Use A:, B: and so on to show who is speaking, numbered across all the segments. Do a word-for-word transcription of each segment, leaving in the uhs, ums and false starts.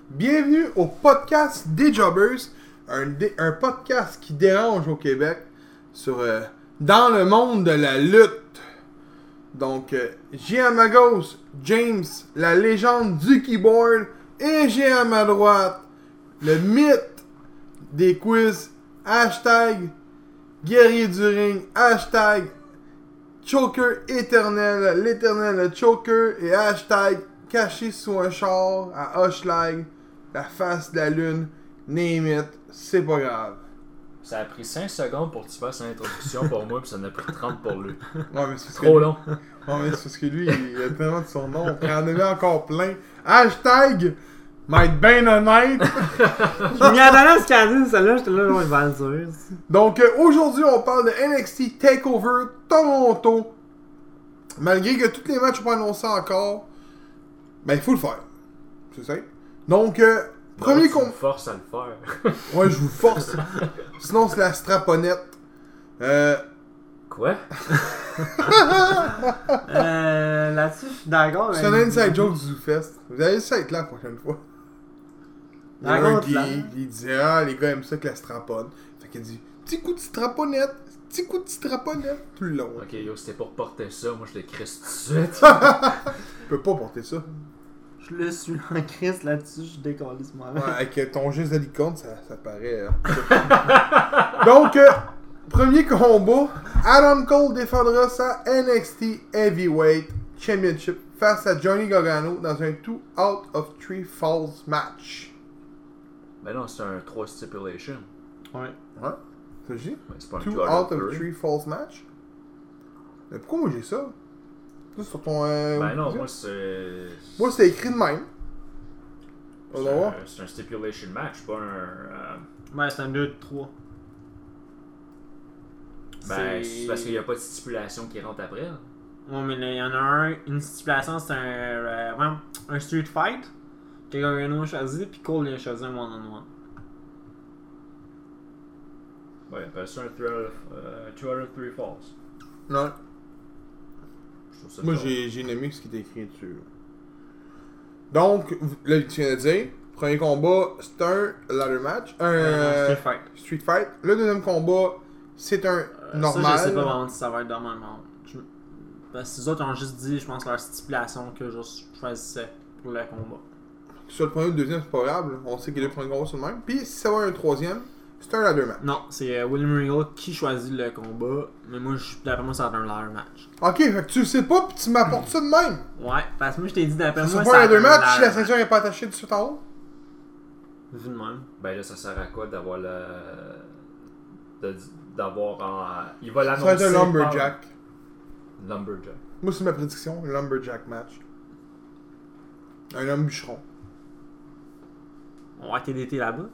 A: Bienvenue au podcast des Jobbers, un, dé- un podcast qui dérange au Québec sur euh, dans le monde de la lutte. Donc, euh, j'ai à ma gauche James, la légende du keyboard, et j'ai à ma droite le mythe des quiz, hashtag guerrier du ring, hashtag choker éternel, l'éternel choker, et hashtag caché sous un char à Hochelag, la face de la lune, name it, c'est pas grave.
B: Ça a pris cinq secondes pour que tu fasses l'introduction pour moi, puis ça en a pris trente pour lui.
A: Ouais, mais c'est parce
B: Trop
A: que,
B: long.
A: ouais, mais c'est parce que lui, il a tellement de son nom, on en avait encore plein. Hashtag, might ben honnête.
C: Je m'y attendais à ce qu'elle a dit, celle-là, j'étais là, je vais le dire.
A: Donc, euh, aujourd'hui, on parle de N X T TakeOver Toronto. Malgré que tous les matchs sont pas annoncés encore, ben, il faut le faire. C'est ça. Donc, euh, premier
B: Non, tu
A: combat.
B: me forces à le faire.
A: Ouais, je vous force. Sinon, c'est la straponnette. Euh.
B: Quoi?
C: Euh, là-dessus, je suis d'accord.
A: C'est un inside joke du ZooFest. Vous allez ça être là la prochaine fois. Il y a un
C: Raconte,
A: geek,
C: là.
A: il disait, ah, les gars aiment ça que la straponne. Fait qu'il dit, petit coup de straponnette, petit coup de straponnette, tout le long.
B: Ok, yo, c'était pour porter ça, moi je l'ai crisse tout de suite.
A: Tu peux pas porter ça.
C: Je le suis en crise là-dessus, je décolle ce moment.
A: Ouais, avec ton geste de licorne, ça, ça paraît. euh. Donc, euh, premier combat, Adam Cole défendra sa N X T Heavyweight Championship face à Johnny Gargano dans un two out of three falls match.
B: Ben non, c'est un trois stipulation.
C: Ouais.
A: Ouais, ça que je dis?
B: Ben, c'est pas un
A: two
B: two
A: out of three falls match? Mais pourquoi moi j'ai ça? Ça sur ton. Euh,
B: Ben non,
A: Wikipédia?
B: moi c'est.
A: Moi c'est écrit de même. On
B: C'est
A: va voir.
B: un, c'est un stipulation match, pas un. euh,
C: Ouais, c'est un deux trois.
B: Ben, c'est parce qu'il n'y a pas de stipulation qui rentre après. là.
C: Ouais, mais là, il y en a un, une stipulation, c'est un, euh, ouais, un street fight que Gargano a choisi, puis Cole il a choisi un one-on-one.
B: Ouais, appelle ça un three out of, euh, two out of three falls.
A: Non.
B: Je trouve ça
A: Moi
B: bizarre.
A: j'ai, j'ai nommé ce qui est écrit dessus. Donc, là tu viens de dire, premier combat, c'est un ladder match. Un
C: Euh,
A: euh,
C: street fight.
A: street fight. Le deuxième combat, c'est un
C: Euh,
A: normal.
C: Ça, je sais pas vraiment si ça va être normal. Je... Parce que les autres ont juste dit, je pense, leur stipulation que je choisissais pour le combat.
A: Sur le premier ou le deuxième, c'est pas grave. là. On sait que les deux premiers combats sont le même. Puis si ça va un troisième, c'est un ladder match.
C: Non, c'est euh, William Regal qui choisit le combat, mais moi, je d'après moi, ça va être un ladder match.
A: Ok, fait que tu le sais pas, puis tu m'apportes ça de même.
C: Ouais, parce que moi, je t'ai dit d'après
A: Ça
C: moi,
A: sera
C: ça
A: pas un
C: va être
A: ladder
C: un
A: match si la
C: ladder
A: ceinture n'est pas attachée du suite en haut.
C: Vu de même.
B: Ben là, ça sert à quoi d'avoir le. de- d'avoir en. Il va
A: Ça
B: l'annoncer.
A: va être un lumberjack.
B: par- Lumberjack.
A: Moi, c'est ma prédiction, un lumberjack match. Un homme bûcheron.
C: On va T D T là-bas.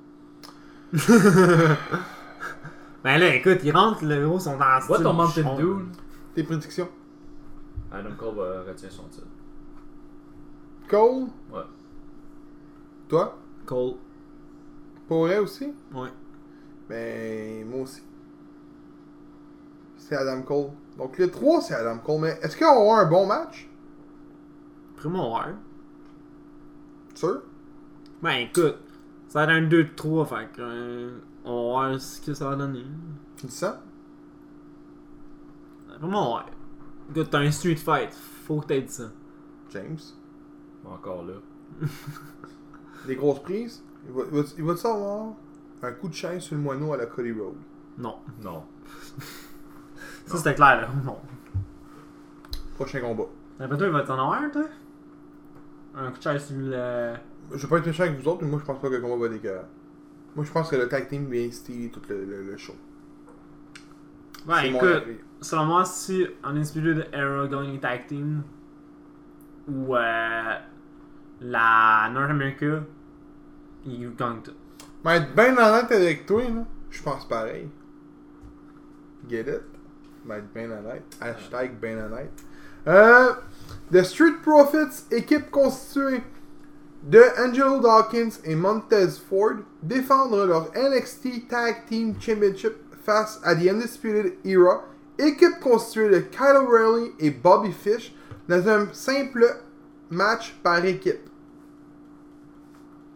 C: Ben là, écoute, ils rentrent, le gros, sont dans
B: What
C: style
B: ton Mountain
C: bûcheron.
B: Dew?
A: Tes prédictions.
B: Adam Cole va retirer son titre.
A: Cole,
B: Ouais.
A: toi,
C: Cole.
A: pour vrai aussi?
C: Ouais.
A: Ben, moi aussi. C'est Adam Cole. Donc le trois, c'est Adam Cole. Mais est-ce qu'on va avoir un bon match?
C: Primo ouais.
A: Sûr?
C: Ben écoute, ça va être un deux trois, fait que. euh, on va voir ce que ça va donner.
A: Tu dis ça?
C: Vraiment, ouais. Écoute, t'as un street fight, faut que t'aies ça.
A: James.
B: Encore là.
A: Des grosses prises? Il va, il va, il va-tu avoir un coup de chaîne sur le moineau à la Cody Road?
C: Non.
B: Non.
C: Ça c'était clair, là. Non.
A: Prochain combat.
C: Après toi, il va t'en avoir un, toi? Un coup de chaise sur le.
A: Je vais pas être méchant avec vous autres, mais moi je pense pas que le combat va décœurer. Moi je pense que le tag team vient stealer tout le, le, le show.
C: Ben
A: C'est mon
C: écoute,
A: avis.
C: selon moi, si on Undisputed Era gagne tag team, ou euh, la North America, ils gagnent tout.
A: Mais être ben honnête avec toi, là, je pense pareil. Get it? Mais être ben honnête. Hashtag ben honnête. Euh, The Street Profits, équipe constituée de Angelo Dawkins et Montez Ford, défendront leur N X T Tag Team Championship face à The Undisputed Era, équipe constituée de Kyle O'Reilly et Bobby Fish, dans un simple match par équipe.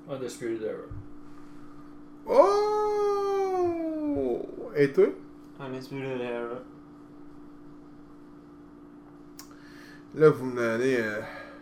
B: Undisputed Era.
A: Oh! Et toi?
C: Undisputed Era.
A: Là, vous me donnez euh,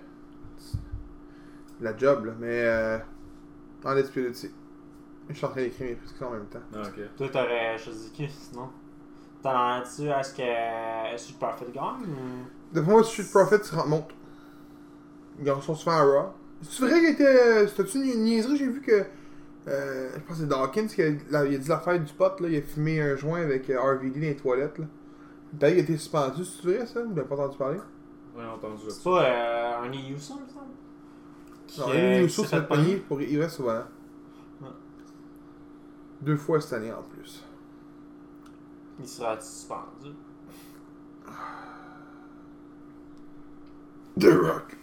A: la job, là, mais euh, Undisputed aussi. Je suis en train d'écrire mes prédictions en même temps.
B: Ah, ok.
C: Toi, t'aurais choisi qui sinon? T'en as-tu à ce que Street Profit gagne ou...
A: D'après moi, Street Profits monte. Ils sont souvent à Raw. C'est vrai qu'il était. C'était-tu une niaiserie? J'ai vu que. Euh, je pense que c'est Dawkins qui a, la, il a dit l'affaire du pot, là. Il a fumé un joint avec euh, R V D dans les toilettes, là. D'ailleurs, il a été suspendu. C'est vrai, ça? Vous l'avez pas entendu parler?
B: Ouais, entendu.
C: C'est pas euh, un E U ça, me semble?
A: Non,
C: Qui,
A: il
C: euh,
A: a eu
C: qui s'est
A: ça,
C: fait
A: c'est pogné pour il reste souvent.
C: Ouais.
A: Deux fois cette année en plus.
C: Il sera suspendu.
A: The Rock.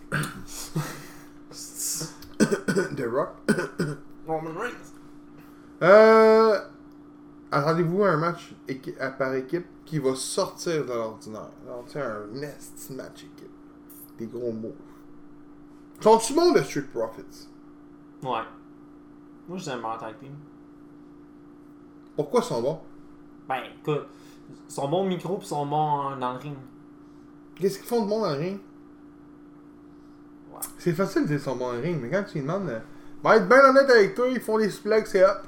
A: The Rock.
C: Roman Reigns.
A: Euh. Attendez-vous à un match équi- à par équipe qui va sortir de l'ordinaire. Alors, tu sais, un nest match équipe. Des gros mots. Sont-tu bons, le Street Profits?
C: Ouais. Moi, je aime en tag team.
A: Pourquoi ils sont bons?
C: Ben, écoute, ils sont bons au micro pis ils sont bons dans le ring.
A: Qu'est-ce qu'ils font de bon dans le ring?
C: Ouais.
A: C'est facile de dire qu'ils sont bons dans le ring, mais quand tu lui demandes. Euh, ben, être bien honnête avec toi, ils font des suplex, c'est hop.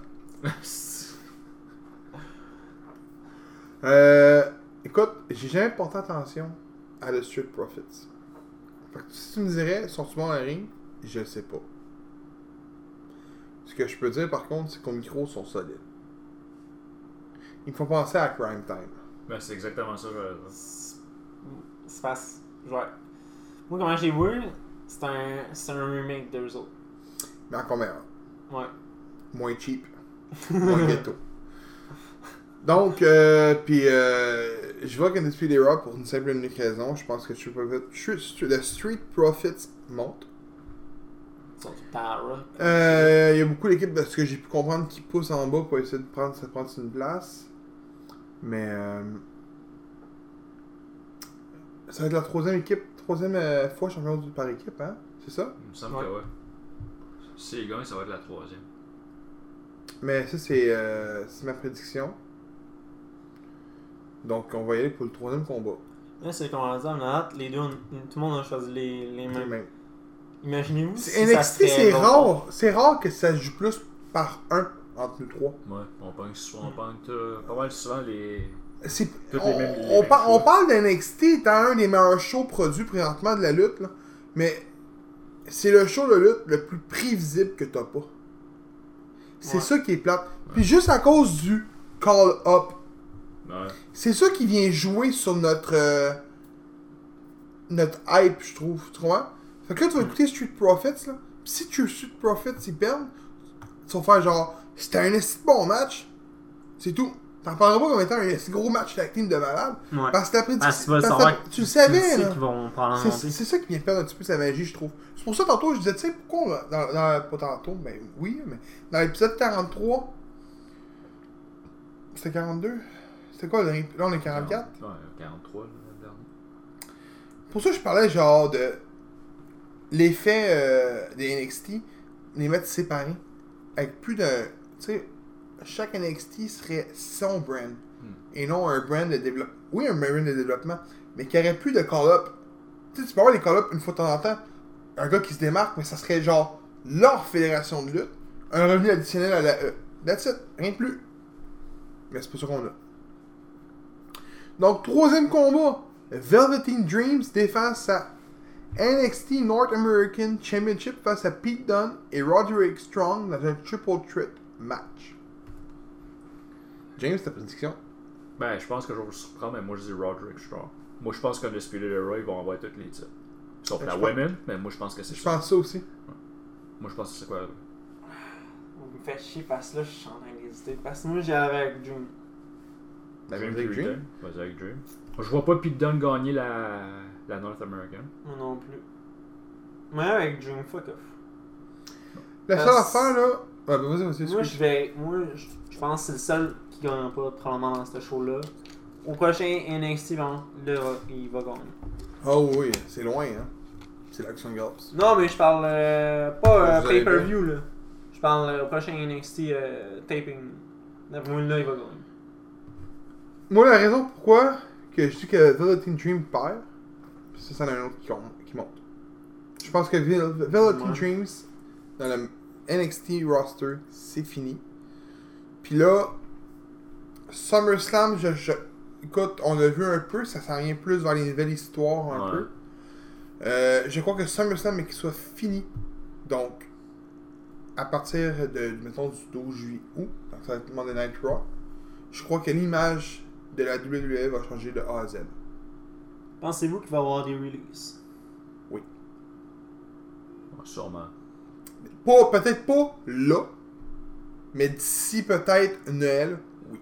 A: Euh, écoute, j'ai jamais porté attention à le Street Profits. Fait que si tu me dirais, sont-ils bons dans le ring? Je le sais pas. Ce que je peux dire par contre, c'est qu'au micro, ils sont solides. Ils me font penser à Crime Time.
B: Ben, c'est exactement ça, je vais dire.
C: C'est c'est parce. Ouais. Moi, comment j'ai vu, c'est un, c'est un remake d'eux autres.
A: Mais encore meilleur.
C: Ouais.
A: Moins cheap. Moins ghetto. Donc, euh, puis euh, je vois qu'Undisputed Era pour une simple et unique raison. Je pense que Street Profits, le Street Profits monte.
C: Ils sont tout le temps à Raw.
A: Euh, Il y a beaucoup d'équipes, de ce que j'ai pu comprendre, qui poussent en bas pour essayer de prendre, de prendre une place. Mais euh, ça va être la troisième équipe, troisième euh, fois champion du- par équipe, hein? C'est ça?
B: Il me semble
C: Ouais.
B: que ouais. Si ils gagnent, ça va être la troisième.
A: Mais ça, c'est euh, c'est ma prédiction. Donc, on va y aller pour le troisième combat.
C: Là, c'est qu'on va dire, on a hâte, les deux, on- tout le monde a choisi les, les mêmes.
A: Même.
C: Imaginez-vous.
A: C'est-
C: si ça
A: N X T,
C: serait
A: c'est
C: l'autre.
A: rare. C'est rare que ça se joue plus par un entre nous trois.
B: Ouais, on pogne on pogne euh, pas mal souvent les.
A: C'est-
B: Toutes
A: on,
B: les mêmes- les
A: on
B: mêmes
A: par- on
B: choses.
A: parle d'N X T étant un des meilleurs shows produits présentement de la lutte, là, mais c'est le show de lutte le plus prévisible que t'as pas. C'est
C: Ouais.
A: ça qui est plate. Puis juste à cause du call-up.
B: Ouais.
A: C'est ça qui vient jouer sur notre euh, notre hype, je trouve. Tu comprends? Fait que là, tu vas écouter Street Profits, là. Pis si tu Street Profits, ils perdent, tu vas faire genre, c'était un esti de bon match. C'est tout. T'en parleras pas comme étant un esti gros match tag team de malade.
C: Ouais.
A: Parce que t'as
C: Parce que tu vas
A: parce que
C: savoir
A: t'as-
C: que
A: tu le savais,
C: tu sais
A: là.
C: qu'ils vont prendre
A: C'est
C: en montée.
A: c'est ça qui vient perdre un petit peu sa magie, je trouve. C'est pour ça, tantôt, je disais, tu sais, pourquoi, on- dans, dans, pas tantôt, ben oui, mais dans l'épisode quarante-trois, c'était quarante-deux? C'était quoi, le ring? Là, on est quarante-quatre?
B: Ouais, quarante-trois, là, le dernier.
A: Pour ça, je parlais genre de l'effet euh, des N X T, les mettre séparés. Avec plus d'un. Tu sais, chaque N X T serait son brand.
B: Hmm.
A: Et non un brand de développement. Oui, un brand de développement, mais qui aurait plus de call-up. Tu sais, tu peux avoir les call-up une fois de temps en temps. Un gars qui se démarque, mais ça serait genre leur fédération de lutte. Un revenu additionnel à la E. That's it. Rien de plus. Mais c'est pas ça qu'on a. Donc, troisième combat. Velveteen Dreams défend sa N X T North American Championship face à Pete Dunne et Roderick Strong dans un triple threat match. James, ta prédiction?
B: Ben, je pense que je vais vous surprendre, mais moi je dis Roderick Strong. Moi je pense qu'Undisputed Era, ils vont avoir tous les titres. Sauf
A: Ben,
B: la
A: je pense-
B: Women, mais moi je pense que c'est
A: Je
B: ça.
A: pense ça aussi.
B: Moi je pense que c'est quoi?
C: Vous me faites chier parce que là, je suis en train d'hésiter. Parce que moi, j'y allais avec Dream.
A: Ben,
B: Dream
A: avec
B: qui
A: Dream.
B: return. Vas-y avec Dream. Je vois pas Pete Dunne gagner la, la North American.
C: Moi non plus. Moi, avec Dream, fuck off.
A: La seule
C: Parce-
A: affaire là. Ouais, ben vas-y, vas-y.
C: Moi,
A: excuse.
C: je vais. Moi, je je pense que c'est le seul qui gagnera pas, probablement, dans ce show-là. Au prochain N X T, bon, là, il va gagner.
A: Oh oui, c'est loin, hein. C'est l'Action Girls.
C: Non, mais je parle euh, pas euh,
A: Vous allez
C: pay-per-view, là. Je parle euh, au prochain N X T euh, taping. D'après moi, là, il va gagner.
A: Moi, la raison pourquoi que je dis que Velveteen Dream perd, c'est ça, c'en a un autre qui, qui monte. Je pense que Vel Velveteen
C: Ouais.
A: Dreams, dans le N X T roster, c'est fini. Puis là, SummerSlam, je, je, écoute, on a vu un peu, ça s'en vient plus vers les nouvelles histoires un
B: Ouais.
A: peu. Euh, je crois que SummerSlam, mais qu'il soit fini. Donc, à partir de, mettons, du douze juillet août, donc ça va être Monday Night Raw, je crois que l'image de la W W E va changer de A à Z.
C: Pensez-vous qu'il va y avoir des releases?
B: Ouais, sûrement.
A: Pas, peut-être pas là, mais d'ici peut-être Noël, oui.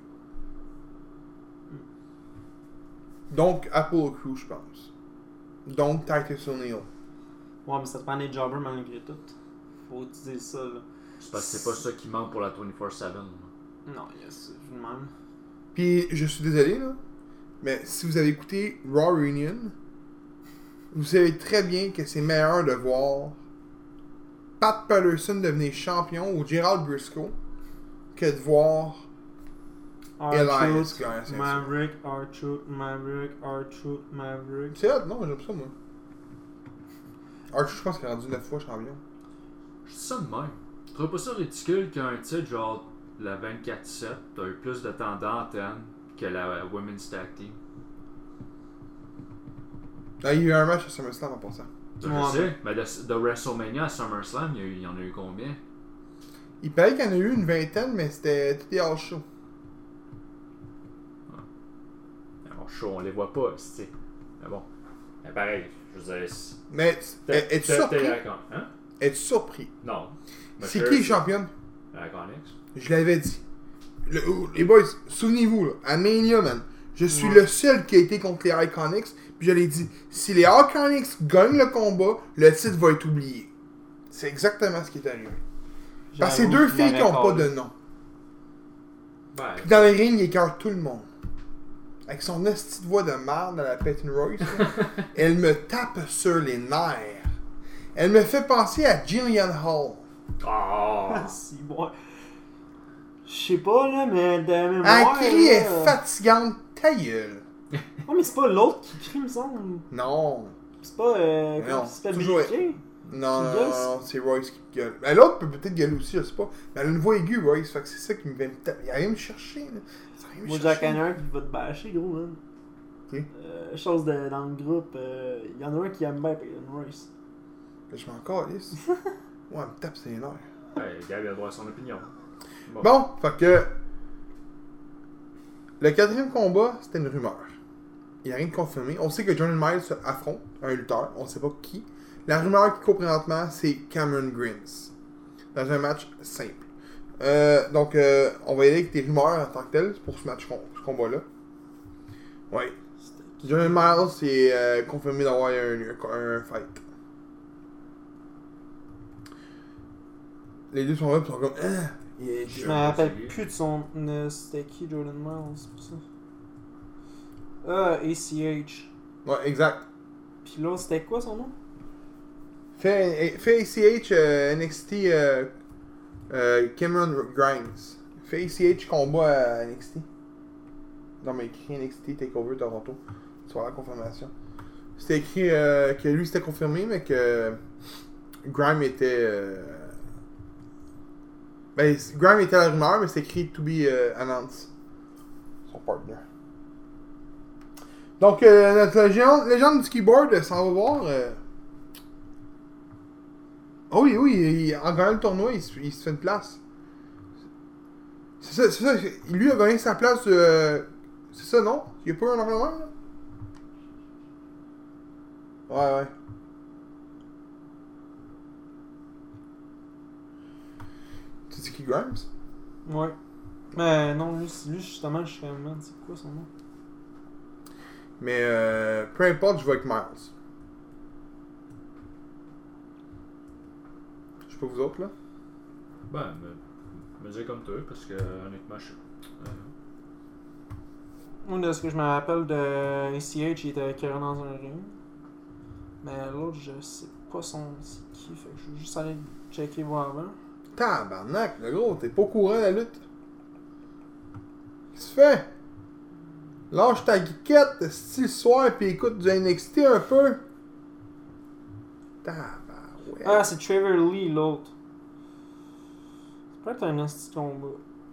A: Donc, Apollo Crews, je pense. Donc, Titus O'Neil.
C: Ouais, mais ça te prend des jobbers malgré tout. Faut utiliser ça, là.
B: C'est parce que c'est pas ça qui manque pour la vingt-quatre sept.
C: Non, yes, je vous demande.
A: Puis, je suis désolé, là, mais si vous avez écouté Raw Reunion, vous savez très bien que c'est meilleur de voir Pat Patterson devenir champion ou Gerald Briscoe que de voir Elias gagner la ceinture.
C: Maverick, R-Truth, Maverick, R-Truth, Maverick.
A: C'est hot, non? J'aime ça, moi. Archie, je pense qu'il est rendu neuf fois champion.
B: Je dis ça de même. Tu trouves pas ça ridicule qu'un titre genre la vingt-quatre sept t'as eu plus de temps d'antenne que la Women's Tag Team?
A: Ah, il y a eu un match à SummerSlam en passant.
B: Je
C: Ouais.
B: sais, mais de, de WrestleMania à SummerSlam, il y, a eu- il y en a eu combien?
A: Il paraît qu'il y en a eu une vingtaine, mais c'était tout des hors show.
B: Alors, chaud, on les voit pas, c'est. Mais bon. Mais pareil, je veux dire. c'est-
A: Mais
B: t'es-
A: es-tu
B: t'es-
A: surpris?
B: t'es Icon- Hein?
A: Es-tu surpris?
B: Non. Mais
A: C'est
B: sure,
A: qui championne?
B: Iconics.
A: Je l'avais dit. Le- oh, les boys, souvenez-vous, là, à Mania, man, je suis
C: Ouais.
A: le seul qui a été contre les Iconics, puis je l'ai dit, si les Iconics gagnent le combat, le titre va être oublié. C'est exactement ce qui est arrivé. Parce que c'est deux filles qui n'ont pas de nom.
B: Ben,
A: Puis dans les rings, il écœure tout le monde. Avec son hostie de voix de merde à la Peyton Royce, là, elle me tape sur les nerfs. Elle me fait penser à Jillian Hall.
B: oh!
C: Ah, si, bon. Je sais pas, là, mais de mémoire.
A: Elle crie, elle
C: là,
A: est fatigante, ta gueule.
C: Oh, mais c'est pas l'autre qui crie, me semble.
A: Non.
C: C'est pas. Euh,
A: Non,
C: comment ça s'appelle?
A: toujours-
C: Billie Kay?
A: Non,
C: Qui
A: non,
C: gueule?
A: non, non, c'est Royce qui gueule. Ben, l'autre peut peut-être gueuler aussi, je sais pas. Mais elle a une voix aiguë, Royce, fait que c'est ça qui me vient me taper. Il a rien me chercher, là. Ça a rien me
C: Moi,
A: chercher.
C: Jack Hanner qui va te bâcher, gros, man.
A: Qui?
C: Euh, chose de, dans le groupe, il y en a un qui aime bien Peyton Royce.
A: Je m'en calisse. Ouais, elle me tape ses nerfs.
B: Hey, le gars, il a le droit à son opinion. Bon.
A: Bon, fait que. Le quatrième combat, c'était une rumeur. Il n'y a rien de confirmé. On sait que Jordan Miles se affronte un lutteur, on sait pas qui. La rumeur qui court présentement, c'est Cameron Grimes. Dans un match simple. Euh, donc, euh, on va y aller avec des rumeurs en tant que telles pour ce match, ce combat-là. Ouais. Jordan Miles est euh, confirmé d'avoir un, un fight. Les deux sont là, puis sont comme. Ah, il est-
C: Je me rappelle plus de son. euh, C'était qui Jordan Miles c'est pour ça? Ah, A C H.
A: Ouais, exact.
C: Puis là, c'était quoi son nom?
A: Fait, fait A C H euh, N X T euh, euh, Cameron Grimes. Fait A C H combat à N X T. Non, mais écrit N X T Takeover Toronto. Tu vois la confirmation. C'était écrit euh, que lui c'était confirmé, mais que Grimes était. Euh... Ben, Grimes était à la rumeur, mais c'est écrit to be euh, announced. Son partner. Donc, euh, notre légende, légende du keyboard s'en va voir. Euh... Oh oui, oui, il, en gagnant le tournoi, il, se- il se fait une place. C'est ça, c'est ça. Lui a gagné sa place. Euh... C'est ça, non? Il n'y a pas eu un environnement, là? Ouais, ouais. Tu dis qui, Grimes?
C: Ouais. Mais non, lui, lui justement, je suis comme, man, c'est quoi son nom?
A: Mais euh, peu importe, je vais avec Miles. Je sais pas vous autres, là?
B: Ben, me, me dire comme toi, parce que honnêtement, je. Euh,
C: Moi, de ce que je me rappelle de A C H, il était écœurant dans un ring. Mais l'autre, je sais pas son c'est qui, fait que je vais juste aller checker voir avant.
A: Tabarnak, le gros, t'es pas au courant de la lutte. Qu'est-ce que tu fais? Lâche ta geekette, style soir, pis écoute du N X T un peu. Tabarouette.
C: Ah, c'est Trevor Lee, l'autre. C'est peut-être un esti de combat.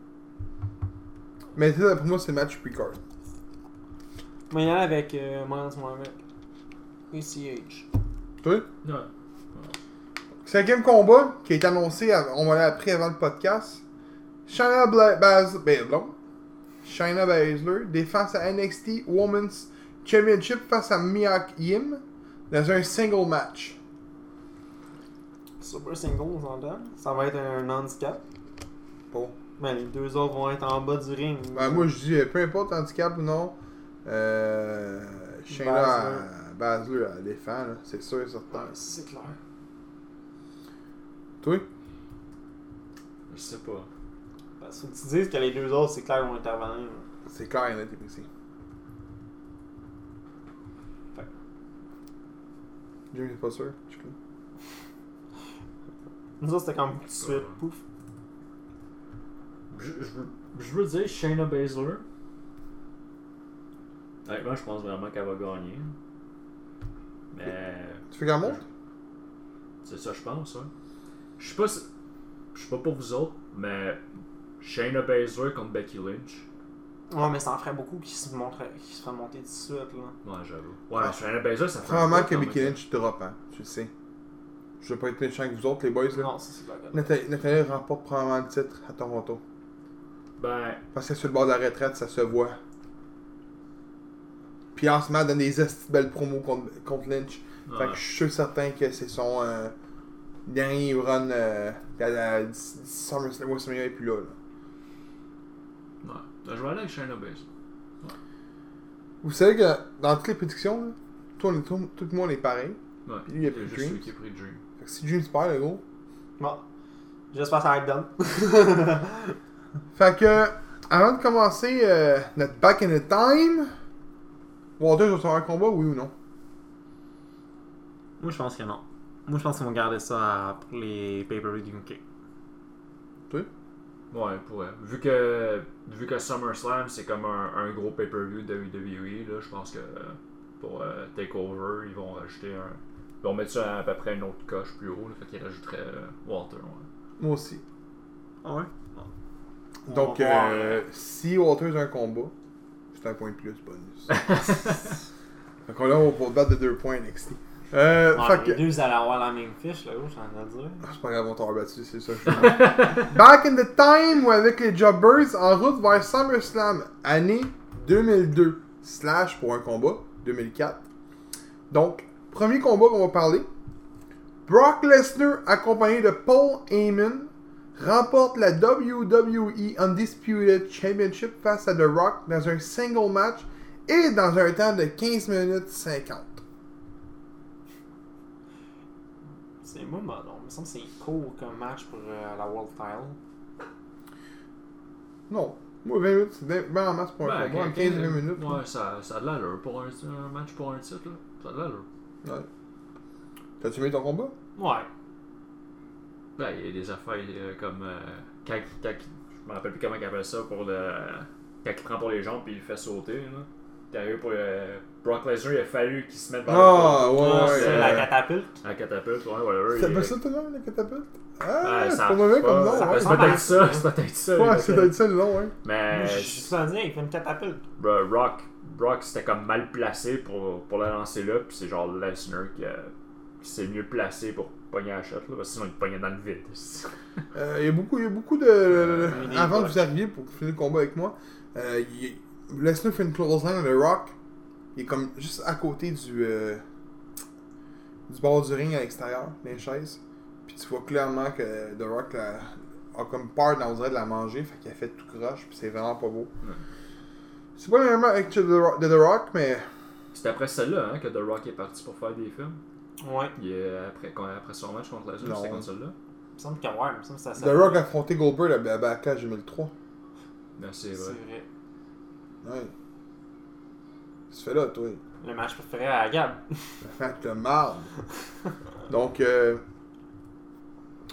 A: Mais ça, pour moi, c'est le match pre-card.
C: Mais il y en a avec euh, Miles Mohamed. A C H.
A: Toi?
B: Ouais.
A: Cinquième combat qui a été annoncé, à- on l'a appris avant le podcast. Shayna Bla- Baz- Baszler. Shayna Baszler défend sa N X T Women's Championship face à Mia Yim dans un single match.
C: Super single, on s'entend. Ça va être un handicap.
A: Bon.
C: Mais les deux autres vont être en bas du ring.
A: Ben, moi, je dis, euh, peu importe handicap ou non, euh, Shayna
C: Baszler.
A: euh, Baszler, elle défend, là, c'est sûr et certain.
C: Ouais, c'est clair.
A: Toi?
B: Je sais pas.
C: Parce que tu dises que les deux autres, c'est clair, vont intervenir.
A: C'est clair, il y en a des précis.
C: Fait.
A: Jimmy, c'est pas sûr. Je suis cool.
C: Nous autres, c'était comme tout de suite, pouf.
B: Je, je, veux, je veux dire Shayna Baszler. Honnêtement, je pense vraiment qu'elle va gagner. Mais.
A: Tu fais qu'elle monte?
B: C'est ça, je pense, ouais. Je sais pas si. Je sais pas pour vous autres, mais. Shayna Baszler contre Becky Lynch.
C: Ouais, mais ça en ferait beaucoup qui se, montreraient, qui se feraient monter tout de suite, là.
B: Ouais, j'avoue. Ouais,
A: Ah.
B: Shayna Baszler, ça fait.
A: Probablement
B: un
A: que
B: peu
A: Becky
B: comme-
A: Lynch drop, hein. Tu le sais. Je veux pas être méchant avec vous autres, les boys, là.
C: Non, ça, c'est la gueule.
A: Nathalie Nathalie remporte probablement le titre à Toronto.
B: Ben.
A: Parce que sur le bord de la retraite, ça se voit. Puis en ce moment, elle donne des esti belles promos contre, contre Lynch. Fait
B: Ouais.
A: que je suis sûr certain que c'est son euh, dernier run euh, à la d'ici SummerSlam. WrestleMania et puis là, là.
B: Ouais. Je vais aller avec Shayna Baszler.
A: Vous savez que dans toutes les prédictions, là, tout, tout, tout le monde est pareil.
B: Ouais.
A: Puis lui, il a pris
B: juste
A: Dreams.
B: celui qui a pris Dream.
A: Fait que si Dreams perd, le gros.
C: Bon. J'espère que ça va être done.
A: Fait que, avant de commencer euh, notre Back in the Time, Walter va faire un combat, oui ou non?
C: Moi, je pense que non. Moi, je pense qu'ils vont garder ça pour les pay-per-view du U K.
B: Ouais, pour elle. Vu que, vu que SummerSlam, c'est comme un, un gros pay-per-view de W W E, là, je pense que euh, pour euh, TakeOver, ils vont rajouter un. Ils vont mettre ça à, à peu près une autre coche plus haut, là, fait qu'ils rajouteraient euh, Walter. Ouais.
A: Moi aussi.
C: Ah ouais?
A: Donc,
C: On va voir,
A: euh, si Walter a un combat, c'est un point de plus bonus. Fait qu'on là, on va pouvoir battre de deux points N X T. Euh,
C: Ouais,
A: fait
C: les
A: que...
C: deux allaient avoir la même fiche, là, je t'en ai à dire.
A: Ah, c'est pas grave, on t'aura battu, c'est ça. Je veux. Back in the time, ou avec les Jobbers, en route vers SummerSlam, année deux mille deux, slash pour un combat, deux mille quatre. Donc, premier combat qu'on va parler. Brock Lesnar, accompagné de Paul Heyman, remporte la W W E Undisputed Championship face à The Rock dans un single match et dans un temps de quinze minutes cinquante.
C: C'est moi, bah, non, il me semble que c'est court comme match pour euh, la World Title.
A: Non, moi vingt minutes, c'est bien bien en masse pour un
B: Ben,
A: combat, en quinze à vingt minutes.
B: Ouais, ça, ça a de l'allure pour un, un match pour un titre, là. Ça a de l'allure.
A: Ouais. T'as-tu mis ton combat?
C: Ouais.
B: Ben, il y a des affaires euh, comme. Euh, quand, quand, je me rappelle plus comment il appelle ça pour le. Quand il prend pour les jambes puis il le fait sauter, là. T'es arrivé pour le. Brock Lesnar, il a fallu qu'il se mette vers
A: Ah,
B: le
A: ouais,
C: Ah,
A: ouais.
C: c'est
A: euh,
C: la catapulte.
B: La catapulte, ouais, whatever.
A: Ça
B: il-
A: fait ça tout le monde, la catapulte? Ah,
B: Ouais,
A: c'est
B: ça-
A: pas mauvais comme
B: ouais,
A: nom,
C: ça
A: ouais.
C: fait
B: C'est
C: ça.
B: peut-être ça, c'est peut-être ça.
A: Ouais,
B: il
A: c'est
B: a
A: peut-être ça le nom, ouais.
B: Mais.
C: Je suis pas dire, il fait une catapulte.
B: Bro, Rock, Brock c'était comme mal placé pour, pour la lancer là, puis c'est genre Lesnar qui, a- qui s'est mieux placé pour pogner la shot, là, parce que sinon il te pognait dans le vide.
A: Euh, Il y a beaucoup, il y a beaucoup de.
C: il est
A: Avant
C: pas.
A: que vous arriviez pour finir le combat avec moi, euh, il... Lesnar fait une clothesline de Rock. Il est comme juste à côté du. Euh... du bord du ring à l'extérieur, les chaises. Puis tu vois clairement que The Rock a, a comme peur dans de la manger, fait qu'il a fait tout croche, puis c'est vraiment pas beau.
B: Ouais.
A: C'est pas le même avec The Rock, de The Rock, mais.
B: C'est après celle-là hein, que The Rock est parti pour faire des films.
C: Ouais.
B: Il est après, quand- après son match contre Lesnar,
A: Non.
B: c'était contre celle-là.
C: Il me semble que ouais, il me semble que ça
A: The Rock a affronté Goldberg à Backlash deux mille trois.
B: Non, c'est
C: C'est
B: vrai.
C: vrai.
A: Ouais. Qu'est-ce que tu fais là, toi?
C: Le match préféré à Gab.
A: La fac de marde. Donc, euh,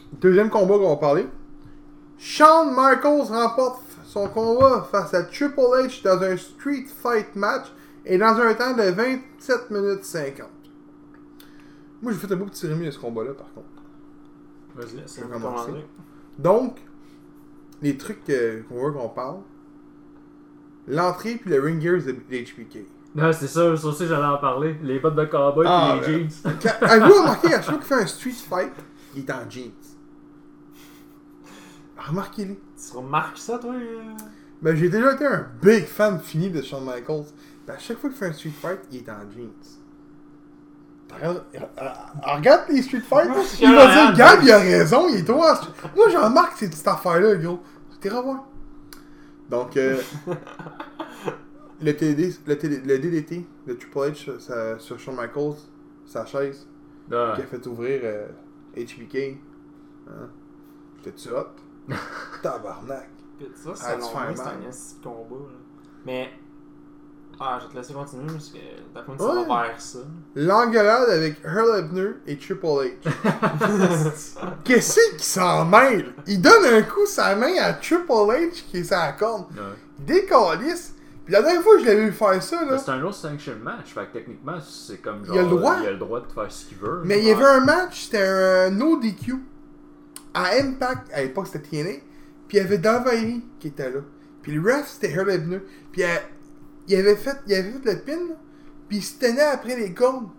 A: Deuxième combat qu'on va parler. Shawn Michaels remporte son combat face à Triple H dans un Street Fight match et dans un temps de vingt-sept minutes cinquante. Moi, j'ai fait un beau petit remis de ce combat-là, par contre.
C: Vas-y,
A: Je
C: c'est
A: vais
C: un
A: commencer.
C: commencer.
A: Donc, les trucs euh, qu'on veut qu'on parle. L'entrée puis le ring gears de H B K.
B: Non, c'est ça, ça aussi j'allais en parler. Les bottes de cowboy
A: Ah,
B: et les
A: ben.
B: jeans.
A: Quand- Avez-vous remarqué à chaque fois qu'il fait un street fight, il est en jeans? Remarquez-le.
C: Tu remarques ça, toi? euh?
A: Ben, j'ai déjà été un big fan fini de Shawn Michaels. Ben, à chaque fois qu'il fait un street fight, il est en jeans. Regarde, euh, regarde les street fights, il va dire Gab, il a raison, il est toi. Moi, j'en remarque ces petites affaires-là, gros. T'es revoir. Donc, euh, le, T D, le, T D, le D D T de Triple H ça, sur Shawn Michaels, sa chaise,
B: Ah.
A: qui a fait ouvrir euh, H B K. Hein? T'es-tu hot? Tabarnak.
C: Puis ça,
A: Ah,
C: c'est
A: tu
C: long,
A: fais un
C: c'est
A: mal.
C: un esti de combat. Là. Mais. Ah, je vais te laisser continuer parce que d'après moi,
A: Ouais.
C: ça va vers ça.
A: L'engueulade avec Earl Hebner et Triple H. Qu'est-ce qu'il s'en mêle? Il donne un coup sa main à Triple H qui est sur la corde.
B: Ouais.
A: Il décalisse. Puis la dernière fois que je l'avais vu faire ça, là.
B: Ben, c'est un autre sanction match, fait que techniquement, c'est comme genre.
A: Il a le droit.
B: Il a le droit de faire ce qu'il veut.
A: Mais il y avait un match, c'était un no D Q. À Impact, à l'époque c'était T N A. Puis il y avait Davairi qui était là. Puis le ref c'était Earl Hebner. Puis euh, il avait fait, il avait fait le pin, là, puis il se tenait après les cordes.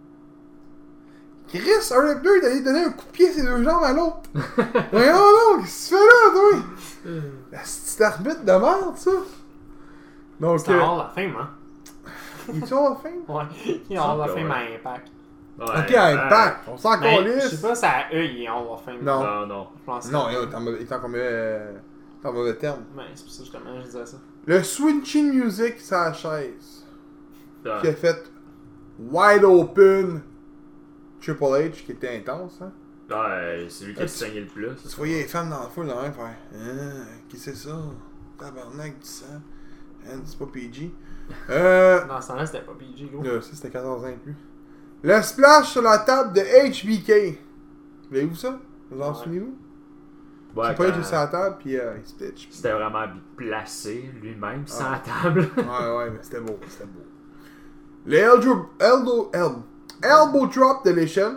A: Chris, Earl Hebner, il allait donner un coup de pied ses deux jambes à l'autre. Mais non, non, qu'est-ce que tu fais là, toi? La petite arbitre de merde, ça. Donc,
C: C'était
A: euh,
C: hors la fin, hein?
A: il est à la fin?
C: Ouais, il est hors la
B: Ça,
C: fin,
B: ouais.
C: mais Impact.
B: Ouais,
A: Ok, à Impact, on s'en
C: Mais, je
A: calisse.
C: sais pas si à eux, il est hors la fin.
A: Non.
B: Non, non.
C: Je pense que-
A: Non, il est en mauvais, il est en mauvais, euh, en mauvais terme.
C: Mais c'est pour ça justement que je disais ça.
A: Le switching music, sur la chaise.
B: Ah.
A: Qui a fait wide open Triple H, qui était intense, hein.
B: Ouais, c'est lui qui
A: Ah,
B: a
A: tu-
B: saigné le plus.
A: Tu voyais les femmes dans la foule, dans même, faire hein, qu'est-ce que c'est ça? Tabarnak, du sang. Hein, c'est pas P G. Euh.
C: Dans ce temps-là, c'était pas P G, gros.
A: Là, ça, c'était quatorze ans et plus. Le splash sur la table de H B K. Voyez-vous ça? Vous en
C: Ouais.
A: souvenez-vous?
B: Ouais,
A: Triple H
B: quand-
A: est sur la table, puis euh, il se pitch.
B: C'était vraiment placé lui-même, sans
A: Ah.
B: la table.
A: Ouais, ouais, mais c'était beau, c'était beau. Le elbow, elbow, elbow, elbow drop de l'échelle.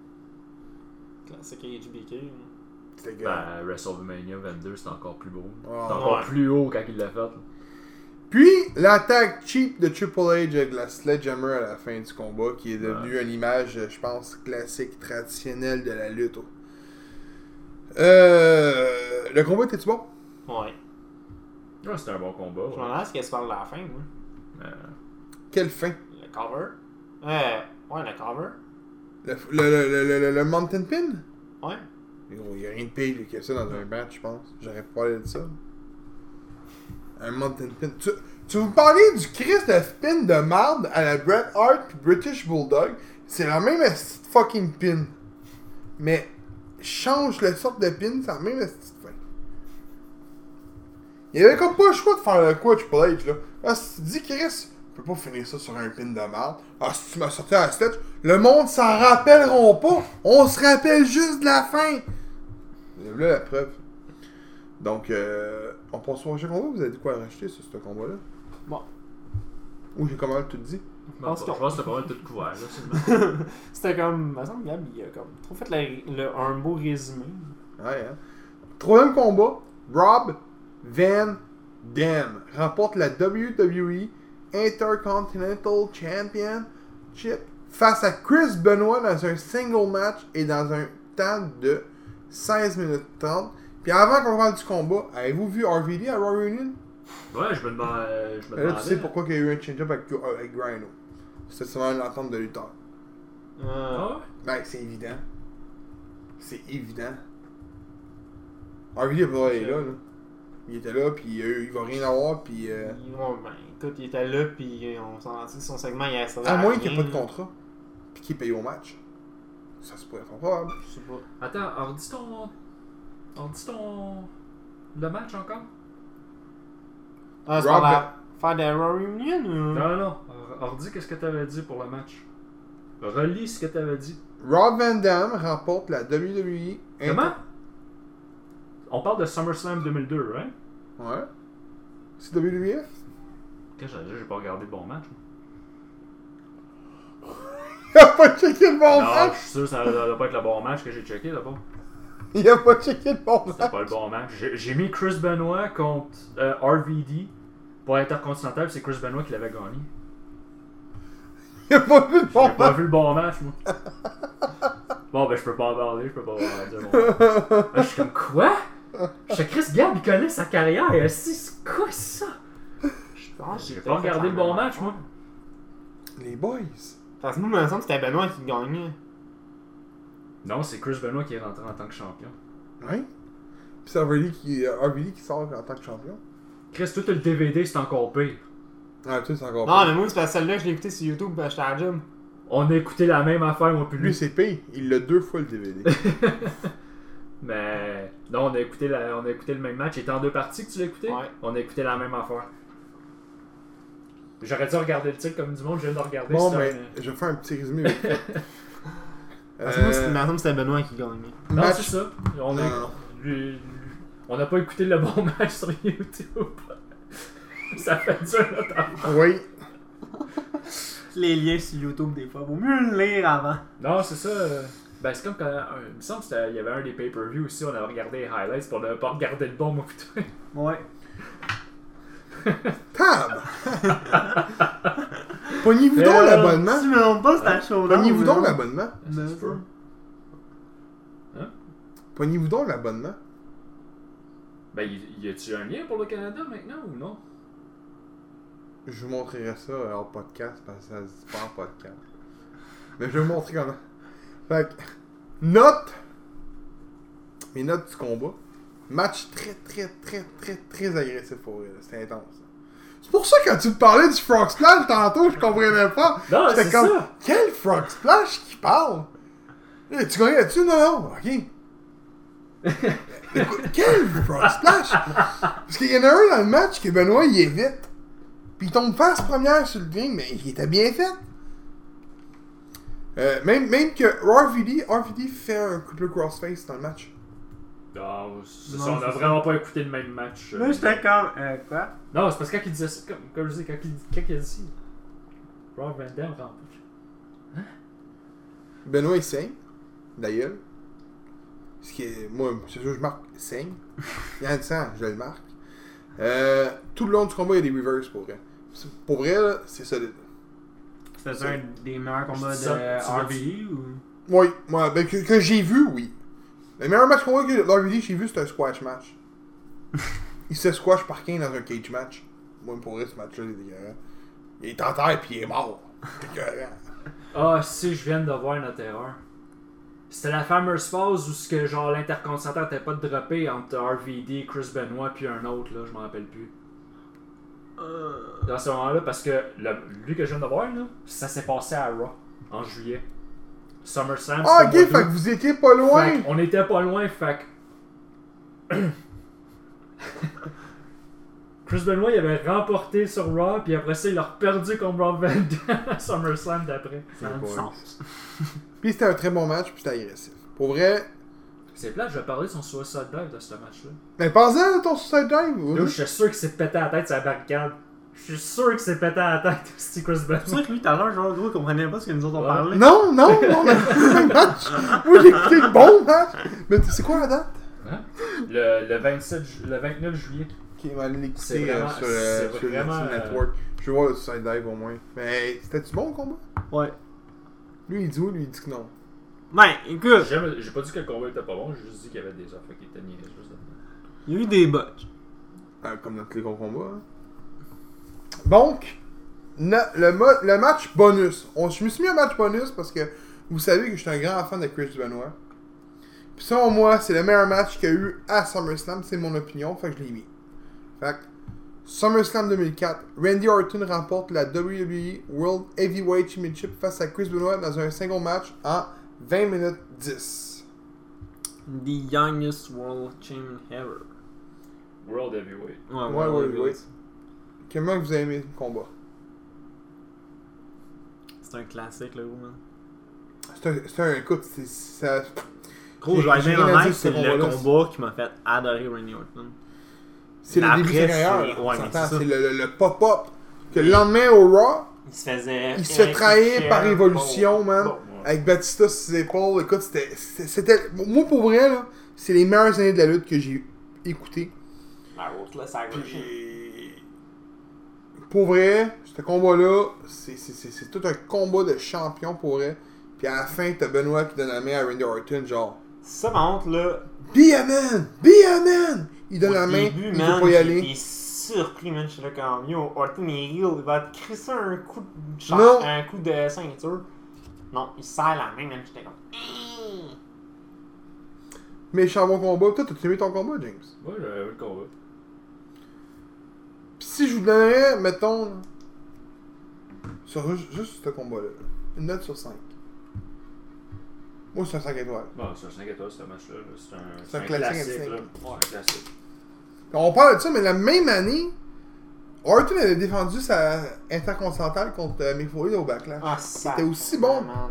C: Classique H B K. hein.
A: C'était grave.
B: Ben, WrestleMania vingt-deux, c'est encore plus beau.
A: Ah.
B: C'est encore
C: Ouais.
B: plus haut quand il l'a fait. là.
A: Puis, l'attaque cheap de Triple H avec la Sledgehammer à la fin du combat, qui est devenue une image, je pense, classique, traditionnelle de la lutte. Euh, le combat était-tu bon?
C: Ouais.
B: Ouais, c'était un bon combat.
C: Je me
B: Ouais.
C: demande ce qu'elle se parle de la fin, moi.
B: Euh,
A: Quelle fin?
C: Le cover. Euh, ouais, le cover.
A: Le, le, le, le, le, le Mountain Pin?
C: Ouais.
A: Il n'y a rien de pire que ça dans un match, je pense. J'aurais pas parlé de ça. Un Mountain Pin. Tu, tu vous parlez du Christ de pin de marde à la Bret Hart puis British Bulldog. C'est la même esti de fucking pin. Mais change le sorte de pin, c'est la même esti de fin. Il avait comme pas le choix de faire le quoi Triple H là. Ah, si tu dis Chris, tu peux pas finir ça sur un pin de marde. Ah, si tu m'as sorti à la sledge, le monde s'en rappelleront pas. On se rappelle juste de la fin. Là la preuve. Donc, euh, on passe au prochain combat. Vous avez dit quoi à racheter sur ce combat-là?
C: Bon.
A: Ou j'ai quand même tout dit?
B: je
C: pense
B: pense
C: qu'on-
B: que c'était pas mal tout couvert, là, seulement.
C: C'était comme. Il me semble que Gab, il a comme trop fait la- le- un beau résumé.
A: Ouais, hein. Troisième combat. Rob Van Dam remporte la W W E Intercontinental Championship face à Chris Benoit dans un single match et dans un temps de seize minutes trente. Puis avant qu'on parle du combat, avez-vous vu R V D à Raw Reunion?
B: Ouais, je me demandais. Je me
A: Là, tu
B: demandais.
A: sais pourquoi il y a eu un change-up avec, avec Rhino. C'était seulement une entente de lutteur.
C: Euh,
B: Ah ouais?
A: Ben, c'est évident. C'est évident. R V D a pas aller là, là. Il était là, puis euh, il va rien avoir, puis... Euh,
C: il- ouais, ben, écoute, il était là, puis on s'en dit son segment, il a servi
A: à moins
C: rien,
A: qu'il n'y ait pas de
C: là.
A: contrat, puis qu'il paye au match. Ça se pourrait faire probable.
C: Je sais pas.
B: Attends, on redis ton. On redis ton. Le match encore?
C: Ah, c'est
A: Rob-
C: pour la... faire des Raw Reunion ou.
B: Non, non, non. On redis qu'est-ce que t'avais dit pour le match. Relis ce que t'avais dit.
A: Rob Van Dam remporte la W W E.
B: Comment?
A: Inter-
B: On parle de SummerSlam deux mille deux, right?
A: Ouais. C'est W W F?
B: Qu'est-ce que j'ai dit? J'ai pas regardé le bon match.
A: Il a pas checké le bon
B: Non,
A: match!
B: je suis sûr que ça doit pas être le bon match que j'ai checké d'abord.
A: Il a pas checké le bon
B: C'était
A: match!
B: pas le bon match. J'ai j'ai mis Chris Benoit contre euh, R V D pour l'Intercontinental, puis c'est Chris Benoit qui l'avait gagné.
A: Il a pas vu le bon
B: J'ai pas
A: match!
B: vu le bon match, moi. Bon, ben je peux pas en parler, je peux pas en dire mon match. Je suis comme quoi? Je suis Chris Gab, il connaît sa carrière, et si c'est quoi ça?
C: Je pense
B: J'ai pas regardé le bon match, moi.
A: Les boys!
C: Parce que nous, il me semble que c'était Benoît qui gagnait.
B: Non, c'est Chris Benoit qui est rentré en tant que champion.
A: Ouais? Pis c'est R V D qui, R V D qui sort en tant que champion.
B: Chris, toi, t'as le D V D, c'est encore pire.
A: Ah, tu sais, c'est encore
C: Non,
A: pire.
C: mais moi, c'est parce que celle-là, je l'ai écouté sur YouTube, ben j'étais à la gym.
B: On a écouté la même affaire, moi, puis
A: Lui,
B: lui.
A: c'est pire. Il l'a deux fois le D V D.
B: Mais non, on a écouté la, on a écouté le même match. Il était en deux parties que tu l'as écouté.
C: Ouais.
B: On a écouté la même affaire. J'aurais dû regarder le titre comme du monde, je viens de regarder.
A: Bon,
B: c'est
A: mais
B: un-
A: je vais faire un petit résumé. vite fait.
C: Parce que moi, c'est- il
A: Euh,
C: me semble que c'était Benoît qui gagnait.
B: Non,
A: match-
B: c'est ça. On a,
A: Non, non.
B: lui- lui- on n'a pas écouté le bon match sur YouTube. Ça fait dur, là.
A: Oui.
C: Les liens sur YouTube, des fois, vaut mieux le lire avant.
B: Non, c'est ça. euh, Ben, c'est comme quand. euh, il me semble qu'il y avait un des pay-per-view aussi, on avait regardé les highlights, puis on n'avait pas regardé le bon, moi, putain.
C: Ouais.
A: Tab! Pognez-vous
B: Mais
A: donc
B: alors,
A: l'abonnement.
C: Si je me trompe pas, c'était un showdown.
A: Pognez-vous donc
C: là.
A: l'abonnement.
C: Non,
B: Ça se peut.
C: ça.
A: Pognez-vous donc l'abonnement.
B: Ben, y, y a-tu un lien pour le Canada maintenant ou non?
A: Je vous montrerai ça euh, en podcast parce que ça se dit pas en podcast. Mais je vais vous montrer comment. Fait que, note. Mes notes du combat. Match très, très, très, très, très agressif pour eux. C'était intense. C'est pour ça que quand tu me parlais du Frog Splash tantôt, je comprenais pas.
B: Non,
A: J'étais
B: c'est
A: comme,
B: ça.
A: quel Frog Splash qui parle? Eh, tu gagnais là-dessus? Non, non, ok. Écoute, quel Frog Splash? Parce qu'il y en a un dans le match que Benoît, il évite. Puis il tombe face première sur le ring, mais il était bien fait. Euh, même, même que R V D, R V D fait un couple crossface dans le match.
B: Non, c'est
C: Non,
B: ça, on
C: c'est
B: a
C: ça.
B: vraiment pas écouté le même match. euh.
C: Là, j'étais comme. Euh, quoi?
B: Non, c'est parce que quand il disait ça, comme, comme je dis, quand il, quand il a dit Rob Van Dam remporte.
A: Benoît il saigne, d'ailleurs. Ce qui est, moi, c'est sûr, je marque saigne. Il y a un sang, je le marque. Euh, tout le long du combat, il y a des reverses pour vrai. C'est- Pour vrai, là, c'est solide.
C: C'était un des meilleurs combats
B: Ça,
C: de
B: tu veux-
C: R V D ou.
A: Oui, moi, ben, que, que j'ai vu, oui. Le meilleur match combat que R V D j'ai vu, c'était un squash match. Il se squash par Kane dans un cage match. Moi, pour vrai, ce match-là, il est dégueulasse. Il est en terre puis il est mort. C'est dégueulasse.
B: Ah, si, je viens de voir notre erreur. C'était la fameuse phase où ce que genre l'intercontinental n'était pas droppé entre R V D, Chris Benoit puis un autre, là, je m'en rappelle plus.
C: Euh...
B: Dans ce moment-là, parce que le- lui que je viens de voir, là, ça s'est passé à Raw, en juillet. SummerSlam,
A: Ah, ok,
B: c'était au
A: fait
B: mois
A: que
B: d'août.
A: vous étiez pas loin.
B: Fait on était pas loin, fait que- Chris Benoit, il avait remporté sur Raw, puis après ça, il a perdu contre Rob Van Dam à SummerSlam d'après.
C: Ça a du
A: Ouais.
C: sens.
A: Puis c'était un très bon match, puis c'était agressif. Pour vrai.
B: C'est plate, je vais parler de son suicide dive de ce match-là.
A: Mais pensez à ton suicide dive.
B: Là,
A: ou-
B: je suis sûr qu'il s'est pété à la tête sur la barricade. Je suis sûr qu'il s'est pété à la tête, c'est Chris
C: C'est
B: Benoit.
C: pour ça que lui, tout à l'heure, genre, gros, il comprenait pas ce que nous autres on
B: Ouais.
C: parlait.
A: Non, non, non, on a écouté le match. Moi, j'ai écouté le bon match. Mais c'est quoi la date?
B: Hein? Le, le, vingt-sept, ju- le vingt-neuf juillet.
A: Ok, on va aller
B: C'est
A: l'écouter euh,
B: vraiment-
A: sur, euh,
B: c'est
A: sur le
B: vraiment,
A: Team
B: euh,
A: Network. Je vais voir le suicide dive au moins. Mais c'était-tu bon le combat?
C: Ouais.
A: Lui, il dit oui, lui, il dit que non.
C: Ben, écoute,
B: J'ai jamais- j'ai pas dit que le combat était pas bon, j'ai juste dit qu'il y avait des affaires qui étaient niaiseuses dedans.
C: il y a eu des bugs.
A: Euh, comme notre les gros combats. Hein. Donc, na- le, mo- le match bonus. On, je me suis mis un match bonus parce que vous savez que je suis un grand fan de Chris Benoit. Puis selon moi, c'est le meilleur match qu'il y a eu à SummerSlam, c'est mon opinion, fait que je l'ai mis. Fait que, SummerSlam deux mille quatre, Randy Orton remporte la W W E World Heavyweight Championship face à Chris Benoit dans un single match en vingt minutes dix.
C: The youngest world champion ever.
B: World Heavyweight.
C: Ouais,
A: Ouais,
C: world
A: ouais,
C: heavyweight.
A: ouais. Comment vous avez aimé le combat?
C: C'est un classique, là, gros, man.
A: C'est un, c'est un, écoute, c'est, ça...
C: Gros,
A: J'ai-
C: je vais être
A: j'ai
C: bien
A: rien à
C: honnête,
A: dire
C: c'est
A: sur ce
C: le
A: combat-là.
C: combat qui m'a fait adorer Randy Orton.
A: C'est le
C: Mais
A: début de sa
C: après,
A: carrière,
C: c'est-
A: là, on
C: ouais, mais
A: s'entend,
C: c'est ça.
A: c'est le, le, le pop-up. Que le lendemain au Raw,
C: Il se faisait.
A: il se fait trahir par Evolution, man.
C: Bon.
A: Avec Batista sur ses épaules. Écoute, c'était, c'était, c'était... Moi, pour vrai, là, c'est les meilleures années de la lutte que j'ai écoutées.
C: La Ruthless Aggression.
A: Puis, pour vrai, ce combat-là, c'est, c'est, c'est, c'est tout un combat de champion pour vrai. Puis à la fin, t'as Benoit qui donne la main à Randy Orton, genre
C: Ça, par contre, là.
A: Be a man! Be a man! Il donne
C: au
A: la main,
C: début,
A: il
C: man,
A: veut pas y aller.
C: J'étais surpris, man. J'étais là comme yo, Orton est heel. Il va te crisser un coup de cha-
A: Non.
C: un coup de ceinture. Non, il serre la main, man. J'étais comme. Hum.
A: Méchant bon combat. Toi, t'as aimé ton combat, James?
B: Ouais, j'avais vu le combat.
A: Pis si je vous donnerais, mettons, là, sur juste, juste ce combat-là, là, une note sur cinq. Moi, c'est un cinq étoiles.
B: Bon, c'est un cinq étoiles ce match-là. là. C'est un,
A: C'est un classique à cinq.
B: là. Ouais, un classique.
A: On parle de ça, mais la même année, Orton avait défendu sa intercontinentale contre euh, Mick Foley au Backlash.
C: Ah, ça.
A: C'était aussi bon.
C: Man.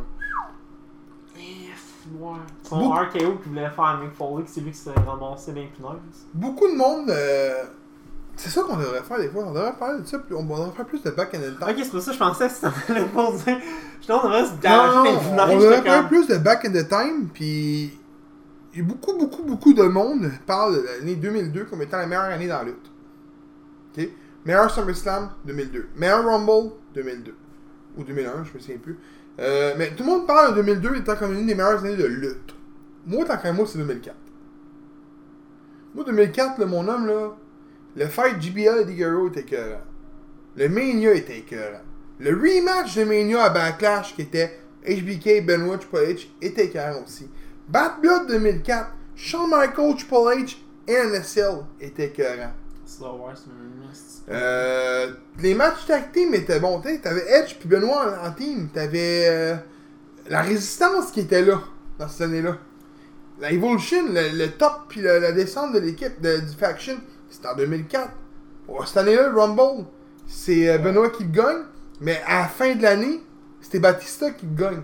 C: Eh, ouais. Son
A: Beaucoup-
C: R K O qu'il voulait faire à Mick Foley, que c'est lui qui s'est ramassé dans les punaises.
A: Beaucoup de monde. euh, C'est ça qu'on devrait faire des fois. On devrait parler de ça. Puis on devrait faire plus de back and the time.
C: Ok, c'est pour ça que je pensais que c'était pour dire. Je pense qu'on devrait se
A: Non,
C: garocher
A: non,
C: dans les
A: on
C: punaises.
A: devrait
C: j'étais
A: faire
C: comme-
A: plus de back in the time. Puis il y a beaucoup, beaucoup, beaucoup de monde parle de l'année deux mille deux comme étant la meilleure année dans la lutte. Ok? Meilleur SummerSlam deux mille deux. Meilleur Rumble deux mille deux. Ou deux mille un, je me souviens plus. Euh, mais tout le monde parle de deux mille deux étant comme une des meilleures années de lutte. Moi, tant qu'à moi, c'est deux mille quatre. Moi, deux mille quatre, là, mon homme, là, le fight J B L et Eddie Guerrero était écœurant. Le Mania était écœurant. Le rematch de Mania à Backlash, qui était H B K, Benoit, Triple H, était écœurant aussi. Bad Blood deux mille quatre, Shawn Michaels, Triple H et N S L était écœurant.
C: Ça, ouais, c'est une mist.
A: Euh, les matchs tag team étaient bons. T'sais, t'avais Edge puis Benoit en, en team. T'avais euh, la résistance qui était là, dans cette année-là. La Evolution, le, le top puis la, la descente de l'équipe de, du Faction, c'était en deux mille quatre. Oh, cette année-là, le Rumble, c'est euh, Benoit qui le gagne. Mais à la fin de l'année, c'était Batista qui le gagne.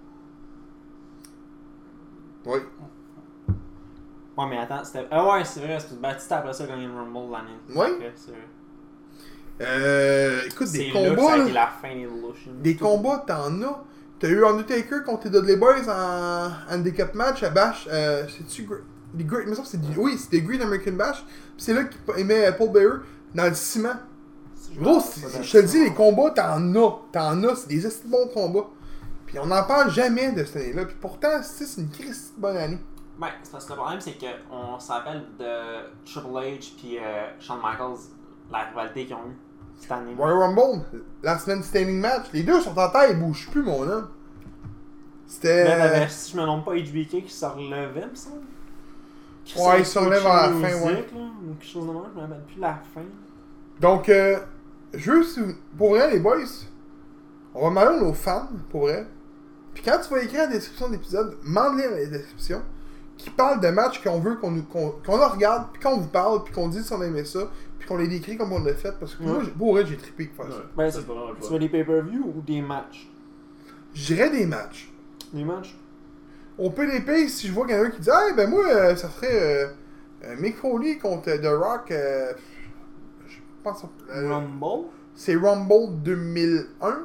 A: Oui.
C: Ouais, mais attends, c'était. Ah ouais, c'est vrai, c'est Batista après ça gagné le Rumble l'année.
A: Ouais.
C: Après, c'est vrai.
A: Euh, écoute,
C: C'est
A: des
C: là que ça
A: combats,
C: a
A: là,
C: été la fin d'Evolution.
A: des combats, t'en as. T'as eu Undertaker contre les Dudley Boys en handicap match à Bash. Euh, c'est-tu Gr- les Great, mais ça, c'est du- oui, c'était Great American Bash. Puis c'est là qu'il met Paul Bearer dans le ciment. Gros, c'est- je te le dis, les combats, t'en as. T'en as, c'est des esti de bons combats. Puis on n'en parle jamais de cette année-là. Puis pourtant, c'est c'est une Christ bonne année.
C: Ben, c'est parce que le problème, c'est qu'on se rappelle de Triple H puis euh, Shawn Michaels, la rivalité qu'ils ont eue cette année.
A: Royal Rumble, Last Man Standing match. Les deux sont en taille, ils bougent plus, mon homme. C'était.
C: Là, t'avais, si je me trompe pas, H B K qui se relevait, me semble. Qui
A: Ouais, il
C: s'est
A: se relève à la
C: coaché
A: fin, ouais.
C: musique, là, ou quelque chose de même, je me rappelle plus la fin.
A: Donc, euh, je veux, si vous- pour vrai, les boys, on va demander à nos fans, pour vrai. Puis quand tu vas écrire la description de l'épisode, demande-les dans la description qui parle de matchs qu'on veut qu'on nous qu'on, qu'on en regarde, puis qu'on vous parle, puis qu'on dise si on aimait ça, puis qu'on les décrit comme on l'a fait. Parce que moi,
C: Ouais.
A: j'ai- pour vrai, j'ai trippé de faire ça.
B: Ouais.
C: Ben,
B: C'est
C: c'est-
B: pas mal le
C: Tu
B: fun.
C: veux des pay-per-view ou des matchs?
A: Je dirais des matchs.
C: Des matchs?
A: Au P D P, si je vois quelqu'un qui dit ah ben moi, euh, ça serait euh, euh, Mick Foley contre euh, The Rock, euh, je pense euh,
C: Rumble?
A: c'est Rumble deux mille un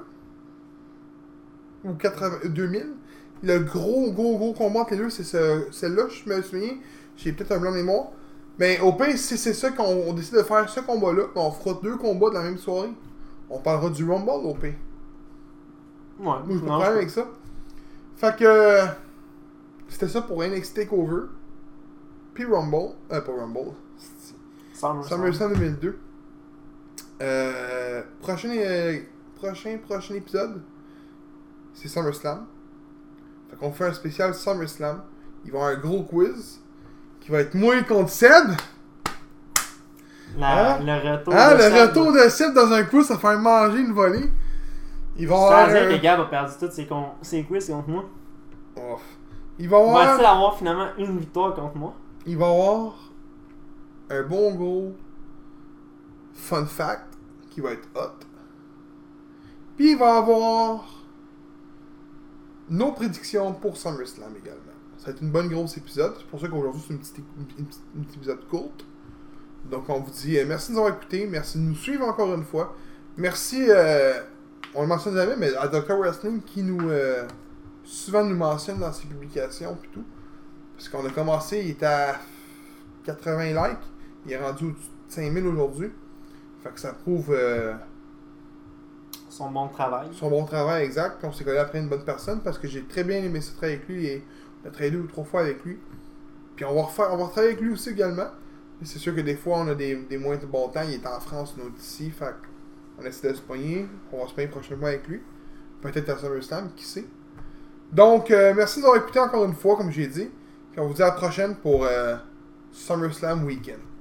A: ou quatre-vingts, deux mille. Le gros, gros, gros combat entre les deux, c'est ce, celle-là, je me souviens. J'ai peut-être un blanc de mémoire. Mais au pire, si c'est ça qu'on on décide de faire, ce combat-là, on fera deux combats de la même soirée. On parlera du Rumble au pire.
C: Ouais,
A: Moi, je
C: non,
A: peux problème
C: je-
A: avec ça. Fait que. C'était ça pour N X T TakeOver. Puis Rumble. Euh, pas Rumble.
C: SummerSlam.
A: SummerSlam deux mille deux. Euh, prochain, euh, prochain, prochain épisode, c'est SummerSlam. Fait qu'on fait un spécial SummerSlam. Il va y avoir un gros quiz qui va être moi contre Seb.
C: La-
A: Hein?
C: Le retour
A: Ah,
C: de
A: le
C: Seb.
A: retour de Seb dans un quiz, ça fait manger une volée. Il va y
C: Ça
A: avoir.
C: veut dire que
A: un-
C: les gars ont perdu toutes ses, con... ses quiz contre moi.
A: Oh. Il va y
C: On va
A: avoir.
C: essayer d'avoir finalement une victoire contre moi.
A: Il va y avoir un bon gros fun fact qui va être hot. Puis il va y avoir nos prédictions pour SummerSlam également. Ça va être une bonne grosse épisode. C'est pour ça qu'aujourd'hui, c'est une petite, une, une, une petite épisode courte. Donc, on vous dit euh, merci de nous avoir écoutés. Merci de nous suivre encore une fois. Merci, euh, on le mentionne jamais, mais à docteur Wrestling qui nous euh, souvent nous mentionne dans ses publications et tout. Parce qu'on a commencé, il était à quatre-vingts likes. Il est rendu au-dessus de cinq mille aujourd'hui. Fait que ça prouve euh,
C: son bon travail.
A: Son bon travail, exact. Puis on s'est collé après une bonne personne parce que j'ai très bien aimé ce travail avec lui. Et on a travaillé deux ou trois fois avec lui. Puis on va refaire, on va retravailler avec lui aussi également. Et c'est sûr que des fois on a des, des moins de bon temps. Il est en France, nous d'ici. Fait qu'on essaie de se pogner. On va se pogner prochainement avec lui. Peut-être à SummerSlam, qui sait. Donc, euh, merci de nous avoir écouté encore une fois, comme j'ai dit. Puis on vous dit à la prochaine pour euh, SummerSlam Weekend.